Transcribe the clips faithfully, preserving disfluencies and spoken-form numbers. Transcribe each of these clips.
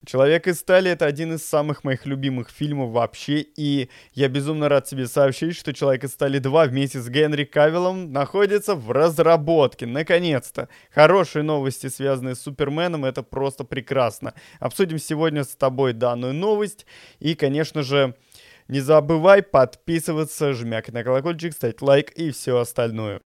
«Человек из стали» — это один из самых моих любимых фильмов вообще, и я безумно рад тебе сообщить, что «Человек из стали два» вместе с Генри Кавиллом находится в разработке. Наконец-то! Хорошие новости, связанные с Суперменом, это просто прекрасно. Обсудим сегодня с тобой данную новость, и, конечно же, не забывай подписываться, жмякать на колокольчик, ставить лайк и все остальное.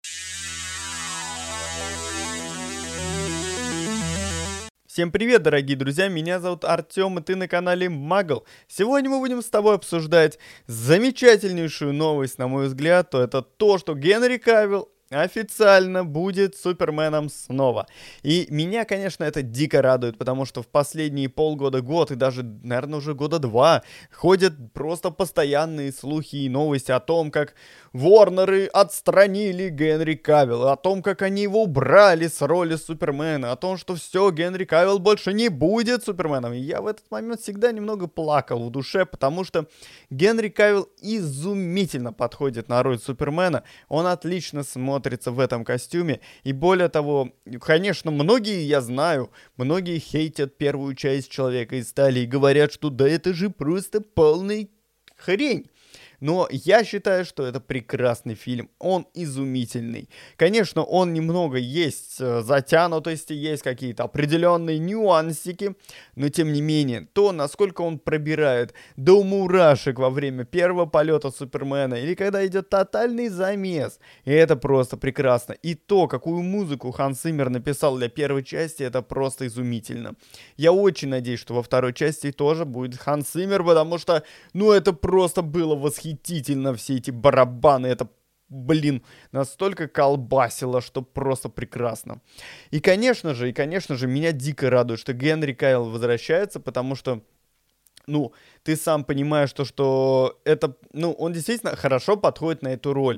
Всем привет, дорогие друзья, меня зовут Артем, и ты на канале Магл. Сегодня мы будем с тобой обсуждать замечательнейшую новость, на мой взгляд, то это то, что Генри Кавилл официально будет Суперменом снова. И меня, конечно, это дико радует, потому что в последние полгода, год и даже, наверное, уже года два ходят просто постоянные слухи и новости о том, как Ворнеры отстранили Генри Кавилла, о том, как они его убрали с роли Супермена, о том, что все, Генри Кавилл больше не будет Суперменом. И я в этот момент всегда немного плакал в душе, потому что Генри Кавилл изумительно подходит на роль Супермена, он отлично смотрится в этом костюме, и более того, конечно, многие, я знаю, многие хейтят первую часть Человека из стали и говорят, что да это же просто полный хрень. Но я считаю, что это прекрасный фильм, он изумительный. Конечно, он немного есть э, затянутости, есть какие-то определенные нюансики, но тем не менее, то, насколько он пробирает до мурашек во время первого полета Супермена, или когда идет тотальный замес, и это просто прекрасно. И то, какую музыку Ханс Циммер написал для первой части, это просто изумительно. Я очень надеюсь, что во второй части тоже будет Ханс Циммер, потому что, ну, это просто было восхитительно. Восхитительно, все эти барабаны, это, блин, настолько колбасило, что просто прекрасно. И, конечно же, и, конечно же, меня дико радует, что Генри Кавилл возвращается, потому что, ну, ты сам понимаешь, то, что это, ну, он действительно хорошо подходит на эту роль.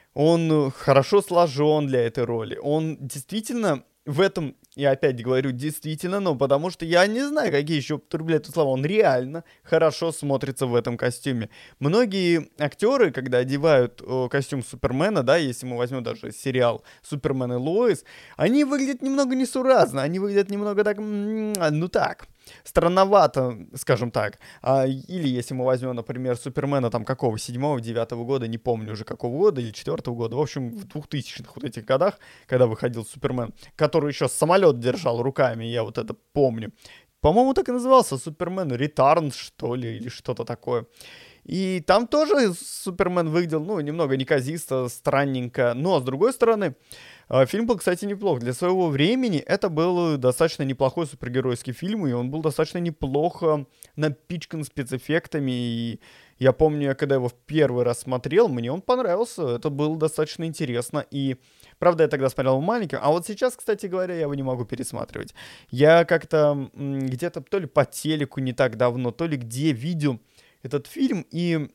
Он хорошо сложен для этой роли. Он действительно в этом, я опять говорю, действительно, но потому что я не знаю, какие еще употреблять тут слова. Он реально хорошо смотрится в этом костюме. Многие актеры, когда одевают о, костюм Супермена, да, если мы возьмем даже сериал Супермен и Лоис, они выглядят немного несуразно, они выглядят немного так, ну так, странновато, скажем так. А, или если мы возьмем, например, Супермена там какого, седьмого, девятого года, не помню уже какого года, или четвертого года, в общем, в двухтысячных вот этих годах, когда выходил Супермен, который еще самолет держал руками, я вот это помню. По-моему, так и назывался, Супермен Returns, что ли, или что-то такое. И там тоже Супермен выглядел, ну, немного неказисто, странненько, но, с другой стороны, фильм был, кстати, неплох. Для своего времени это был достаточно неплохой супергеройский фильм, и он был достаточно неплохо напичкан спецэффектами. И я помню, когда я его в первый раз смотрел, мне он понравился. Это было достаточно интересно. И, правда, я тогда смотрел его маленьким. А вот сейчас, кстати говоря, я его не могу пересматривать. Я как-то м, где-то то ли по телеку не так давно, то ли где видел этот фильм, и...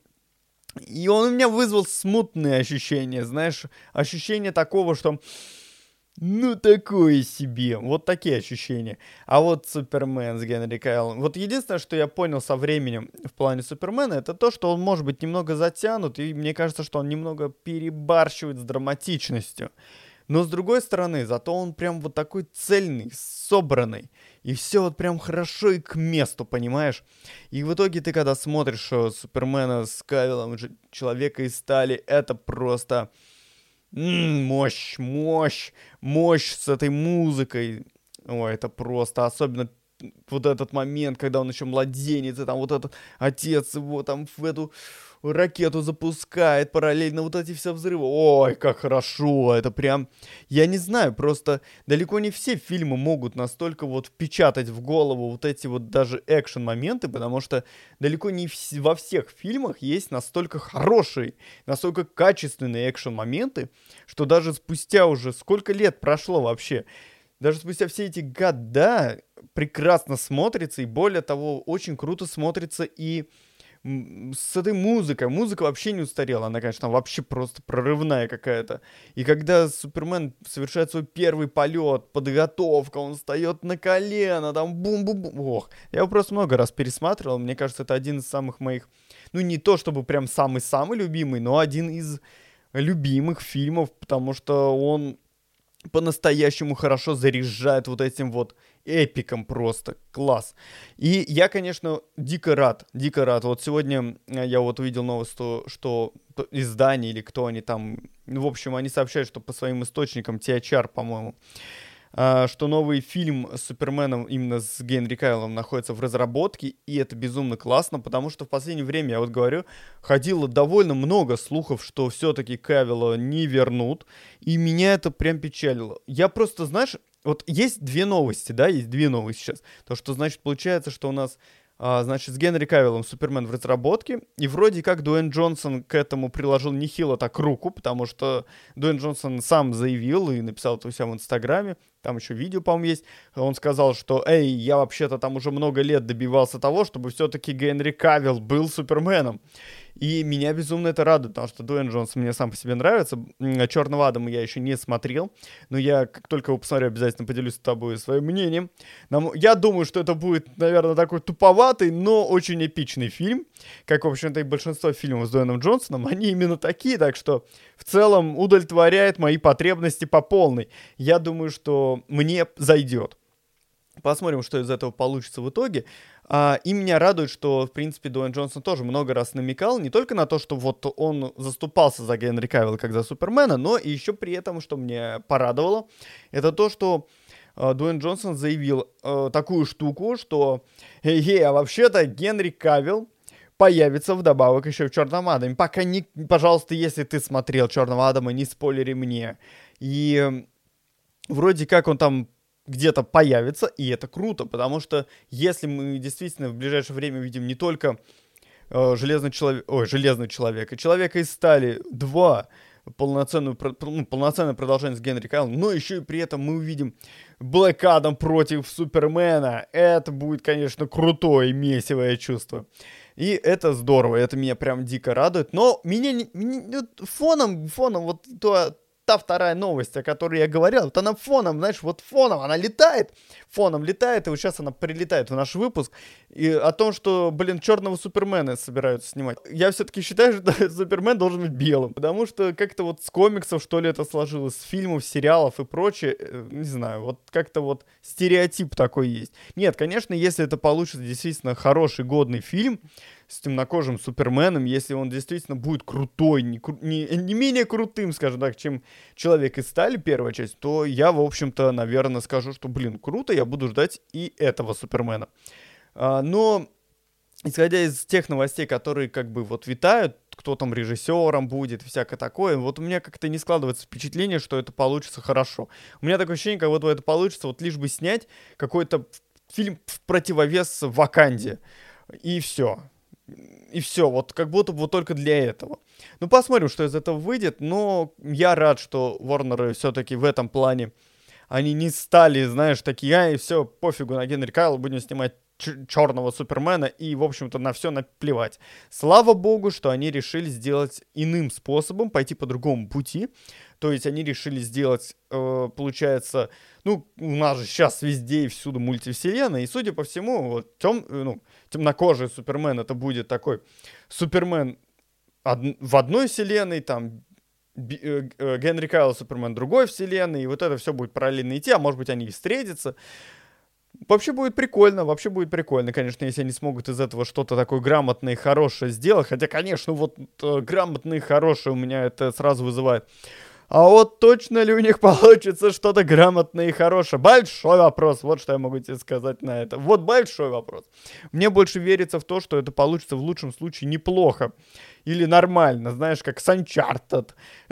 И он у меня вызвал смутные ощущения, знаешь, ощущение такого, что, ну, такое себе, вот такие ощущения. А вот Супермен с Генри Кавиллом, вот единственное, что я понял со временем в плане Супермена, это то, что он может быть немного затянут, и мне кажется, что он немного перебарщивает с драматичностью. Но с другой стороны, зато он прям вот такой цельный, собранный. И все вот прям хорошо и к месту, понимаешь? И в итоге ты когда смотришь э, Супермена с Кавиллом, Ж- Человека из стали, это просто м, мощь, мощь, мощь с этой музыкой. Ой, это просто, особенно вот этот момент, когда он еще младенец, и там вот этот отец его там в эту ракету запускает, параллельно вот эти все взрывы. Ой, как хорошо, это прям, я не знаю, просто далеко не все фильмы могут настолько вот впечатать в голову вот эти вот даже экшен-моменты, потому что далеко не вс- во всех фильмах есть настолько хорошие, настолько качественные экшен-моменты, что даже спустя уже сколько лет прошло вообще, даже спустя все эти года прекрасно смотрится, и более того, очень круто смотрится и м, с этой музыкой. Музыка вообще не устарела, она, конечно, вообще просто прорывная какая-то. И когда Супермен совершает свой первый полет, подготовка, он встает на колено, там бум-бум-бум. Ох, я его просто много раз пересматривал, мне кажется, это один из самых моих, ну не то чтобы прям самый-самый любимый, но один из любимых фильмов, потому что он по-настоящему хорошо заряжает вот этим вот эпиком просто, класс. И я, конечно, дико рад, дико рад. Вот сегодня я вот увидел новость, что, что издание или кто они там, ну, в общем, они сообщают, что по своим источникам, ти эйч ар, по-моему, а, что новый фильм с Суперменом именно с Генри Кавиллом находится в разработке, и это безумно классно, потому что в последнее время, я вот говорю, ходило довольно много слухов, что все-таки Кавилла не вернут, и меня это прям печалило. Я просто, знаешь, вот есть две новости, да, есть две новости сейчас. То, что, значит, получается, что у нас, а, значит, с Генри Кавиллом Супермен в разработке, и вроде как Дуэйн Джонсон к этому приложил нехило так руку, потому что Дуэйн Джонсон сам заявил и написал это у себя в Инстаграме, там еще видео, по-моему, есть. Он сказал, что, эй, я вообще-то там уже много лет добивался того, чтобы все-таки Генри Кавилл был Суперменом. И меня безумно это радует, потому что Дуэйн Джонсон мне сам по себе нравится. «Черного Адама» я еще не смотрел, но я, как только его посмотрю, обязательно поделюсь с тобой своим мнением. Нам... Я думаю, что это будет, наверное, такой туповатый, но очень эпичный фильм. Как, в общем-то, и большинство фильмов с Дуэйном Джонсоном, они именно такие, так что в целом удовлетворяет мои потребности по полной. Я думаю, что мне зайдет. Посмотрим, что из этого получится в итоге. А, и меня радует, что, в принципе, Дуэйн Джонсон тоже много раз намекал не только на то, что вот он заступался за Генри Кавилла как за Супермена, но и еще при этом, что меня порадовало, это то, что а, Дуэйн Джонсон заявил а, такую штуку, что «Эй, а вообще-то Генри Кавилл появится вдобавок еще в «Черном Адаме». Пока не... Пожалуйста, если ты смотрел «Черного Адама», не спойлери мне. И вроде как он там где-то появится, и это круто, потому что если мы действительно в ближайшее время увидим не только э, Железный человек, ой, Железный человек, и Человека из стали два, полноценную, ну, полноценное продолжение с Генри Кавиллом, но еще и при этом мы увидим Блэк Адам против Супермена. Это будет, конечно, крутое месивое чувство. И это здорово, это меня прям дико радует. Но меня, меня фоном, фоном вот то... Та вторая новость, о которой я говорил, вот она фоном, знаешь, вот фоном, она летает, фоном летает, и вот сейчас она прилетает в наш выпуск, и о том, что, блин, черного Супермена собираются снимать. Я все-таки считаю, что Супермен должен быть белым, потому что как-то вот с комиксов, что ли, это сложилось, с фильмов, сериалов и прочее, не знаю, вот как-то вот стереотип такой есть. Нет, конечно, если это получится действительно хороший, годный фильм, с темнокожим Суперменом, если он действительно будет крутой, не, кру- не, не менее крутым, скажем так, чем Человек из стали, первая часть, то я, в общем-то, наверное, скажу, что, блин, круто, я буду ждать и этого Супермена. А, но, исходя из тех новостей, которые как бы вот витают, кто там режиссером будет, всякое такое, вот у меня как-то не складывается впечатление, что это получится хорошо. У меня такое ощущение, как вот это получится, вот лишь бы снять какой-то фильм в противовес Ваканде, и все. И все, вот как будто бы вот только для этого. Ну, посмотрим, что из этого выйдет. Но я рад, что Warner все-таки в этом плане они не стали, знаешь, такие, ай, все, пофигу на Генри Кавилла, будем снимать ч- черного Супермена и, в общем-то, на все наплевать. Слава богу, что они решили сделать иным способом, пойти по другому пути. То есть они решили сделать, э, получается, ну, у нас же сейчас везде и всюду мультивселенная, и, судя по всему, вот тем, ну, темнокожий Супермен, это будет такой Супермен од- в одной вселенной, там, Би- э, э, Генри Кавилл Супермен другой вселенной, и вот это все будет параллельно идти, а может быть они и встретятся. Вообще будет прикольно, вообще будет прикольно, конечно, если они смогут из этого что-то такое грамотное и хорошее сделать, хотя, конечно, вот э, грамотное и хорошее у меня это сразу вызывает. А вот точно ли у них получится что-то грамотное и хорошее? Большой вопрос. Вот что я могу тебе сказать на это. Вот большой вопрос. Мне больше верится в то, что это получится в лучшем случае неплохо. Или нормально, знаешь, как с Uncharted.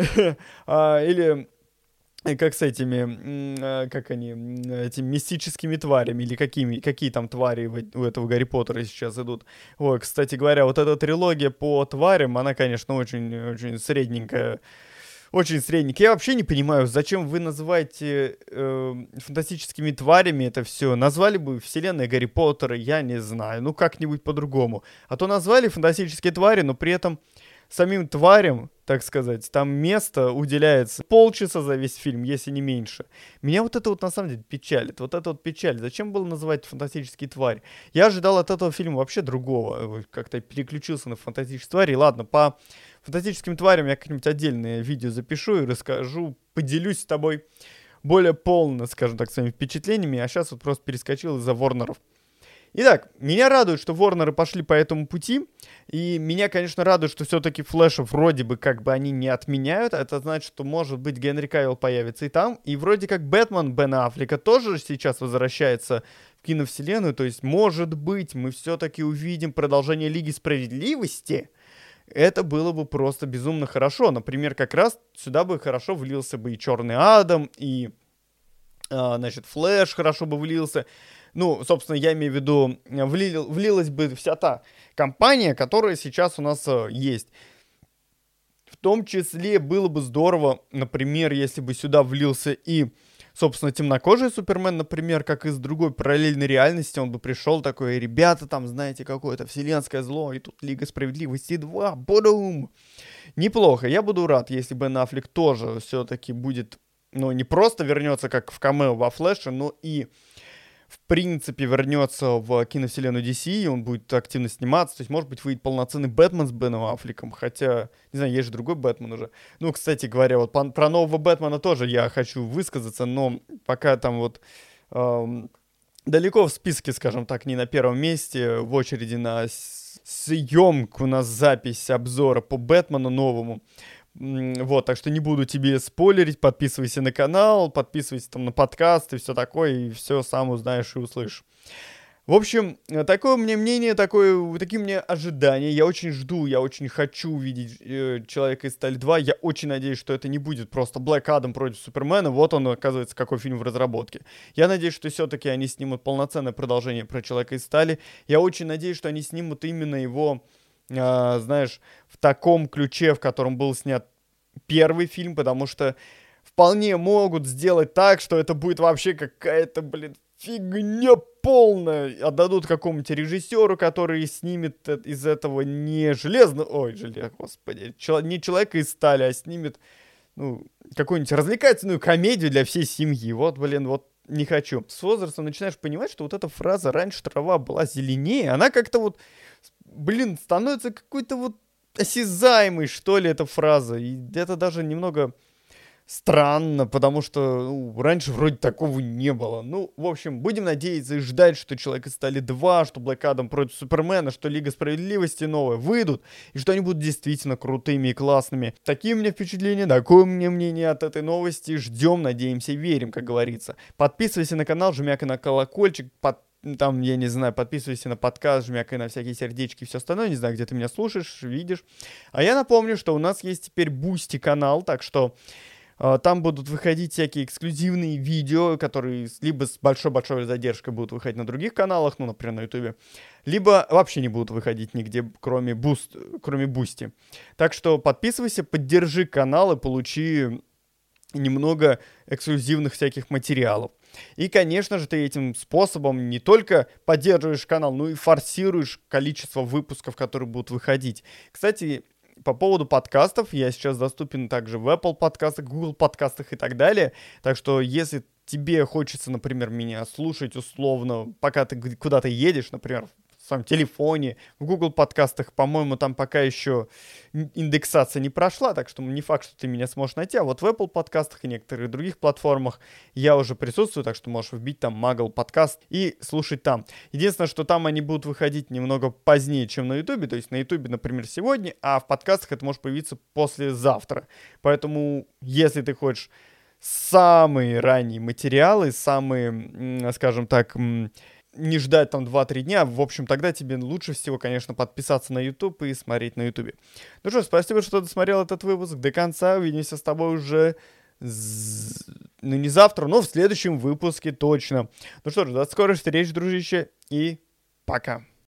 Или как с этими, как они, этими мистическими тварями. Или какими, какие там твари у этого Гарри Поттера сейчас идут. Ой, кстати говоря, вот эта трилогия по тварям, она, конечно, очень-очень средненькая. Очень средненький. Я вообще не понимаю, зачем вы называете э, фантастическими тварями это все. Назвали бы вселенной Гарри Поттера, я не знаю. Ну, как-нибудь по-другому. А то назвали фантастические твари, но при этом самим тварям, так сказать, там место уделяется полчаса за весь фильм, если не меньше. Меня вот это вот на самом деле печалит. Вот это вот печалит. Зачем было называть фантастические твари? Я ожидал от этого фильма вообще другого. Как-то переключился на фантастические твари. Ладно, по фантастическим тварям я как-нибудь отдельное видео запишу и расскажу, поделюсь с тобой более полно, скажем так, своими впечатлениями, а сейчас вот просто перескочил из-за Ворнеров. Итак, меня радует, что Ворнеры пошли по этому пути, и меня, конечно, радует, что все-таки Флэша вроде бы как бы они не отменяют, это значит, что, может быть, Генри Кавилл появится и там, и вроде как Бэтмен Бена Аффлека тоже сейчас возвращается в киновселенную, то есть, может быть, мы все-таки увидим продолжение Лиги Справедливости. Это было бы просто безумно хорошо. Например, как раз сюда бы хорошо влился бы и Черный Адам, и, а, значит, Флэш хорошо бы влился. Ну, собственно, я имею в виду, влил, влилась бы вся та компания, которая сейчас у нас э, есть. В том числе было бы здорово, например, если бы сюда влился и, собственно, темнокожий Супермен, например, как из другой параллельной реальности, он бы пришел такой: ребята, там, знаете, какое-то вселенское зло, и тут Лига Справедливости два, будум! Неплохо, я буду рад, если Бен Аффлек тоже все-таки будет, ну, не просто вернется, как в камео во Флэше, но и в принципе, вернется в киновселенную ди си, и он будет активно сниматься. То есть, может быть, выйдет полноценный Бэтмен с Беном Аффлеком. Хотя, не знаю, есть же другой Бэтмен уже. Ну, кстати говоря, вот по- про нового Бэтмена тоже я хочу высказаться, но пока там вот эм, далеко в списке, скажем так, не на первом месте, в очереди на с- съемку, на запись обзора по Бэтмену новому. Вот, так что не буду тебе спойлерить, подписывайся на канал, подписывайся там на подкаст и все такое, и все сам узнаешь и услышишь. В общем, такое мне мнение, такое, такие мне ожидания. Я очень жду, я очень хочу увидеть э, Человека из Стали два. Я очень надеюсь, что это не будет просто Блэк Адам против Супермена. Вот он, оказывается, какой фильм в разработке. Я надеюсь, что все-таки они снимут полноценное продолжение про Человека из Стали. Я очень надеюсь, что они снимут именно его... Uh, знаешь, в таком ключе, в котором был снят первый фильм, потому что вполне могут сделать так, что это будет вообще какая-то, блин, фигня полная. Отдадут какому-нибудь режиссеру, который снимет из этого не железно... Ой, железо, господи. Чел... Не Человека из Стали, а снимет, ну, какую-нибудь развлекательную комедию для всей семьи. Вот, блин, вот не хочу. С возрастом начинаешь понимать, что вот эта фраза «раньше трава была зеленее», она как-то вот... Блин, становится какой-то вот осязаемой, что ли, эта фраза. И это даже немного странно, потому что ну, раньше вроде такого не было. Ну, в общем, будем надеяться и ждать, что Человек из Стали два, что Блэк Адам против Супермена, что Лига Справедливости новая выйдут, и что они будут действительно крутыми и классными. Такие у меня впечатления, такое у меня мнение от этой новости. Ждем, надеемся, верим, как говорится. Подписывайся на канал, жмякай на колокольчик, подписывайся. Там, я не знаю, подписывайся на подкаст, жмякай на всякие сердечки и все остальное. Не знаю, где ты меня слушаешь, видишь. А я напомню, что у нас есть теперь Бусти канал, так что э, там будут выходить всякие эксклюзивные видео, которые либо с большой-большой задержкой будут выходить на других каналах, ну, например, на Ютубе, либо вообще не будут выходить нигде, кроме, буст, кроме Бусти. Так что подписывайся, поддержи канал и получи немного эксклюзивных всяких материалов. И, конечно же, ты этим способом не только поддерживаешь канал, но и форсируешь количество выпусков, которые будут выходить. Кстати, по поводу подкастов, я сейчас доступен также в Apple подкастах, Google подкастах и так далее. Так что, если тебе хочется, например, меня слушать условно, пока ты куда-то едешь, например, в своем телефоне, в Google подкастах, по-моему, там пока еще индексация не прошла, так что не факт, что ты меня сможешь найти, а вот в Apple подкастах и некоторых других платформах я уже присутствую, так что можешь вбить там Магл подкаст и слушать там. Единственное, что там они будут выходить немного позднее, чем на Ютубе, то есть на Ютубе, например, сегодня, а в подкастах это может появиться послезавтра. Поэтому, если ты хочешь самые ранние материалы, самые, скажем так, не ждать там два-три дня, в общем, тогда тебе лучше всего, конечно, подписаться на YouTube и смотреть на YouTube. Ну что, спасибо, что досмотрел этот выпуск до конца. Увидимся с тобой уже, з... ну не завтра, но в следующем выпуске точно. Ну что ж, до скорой встречи, дружище, и пока.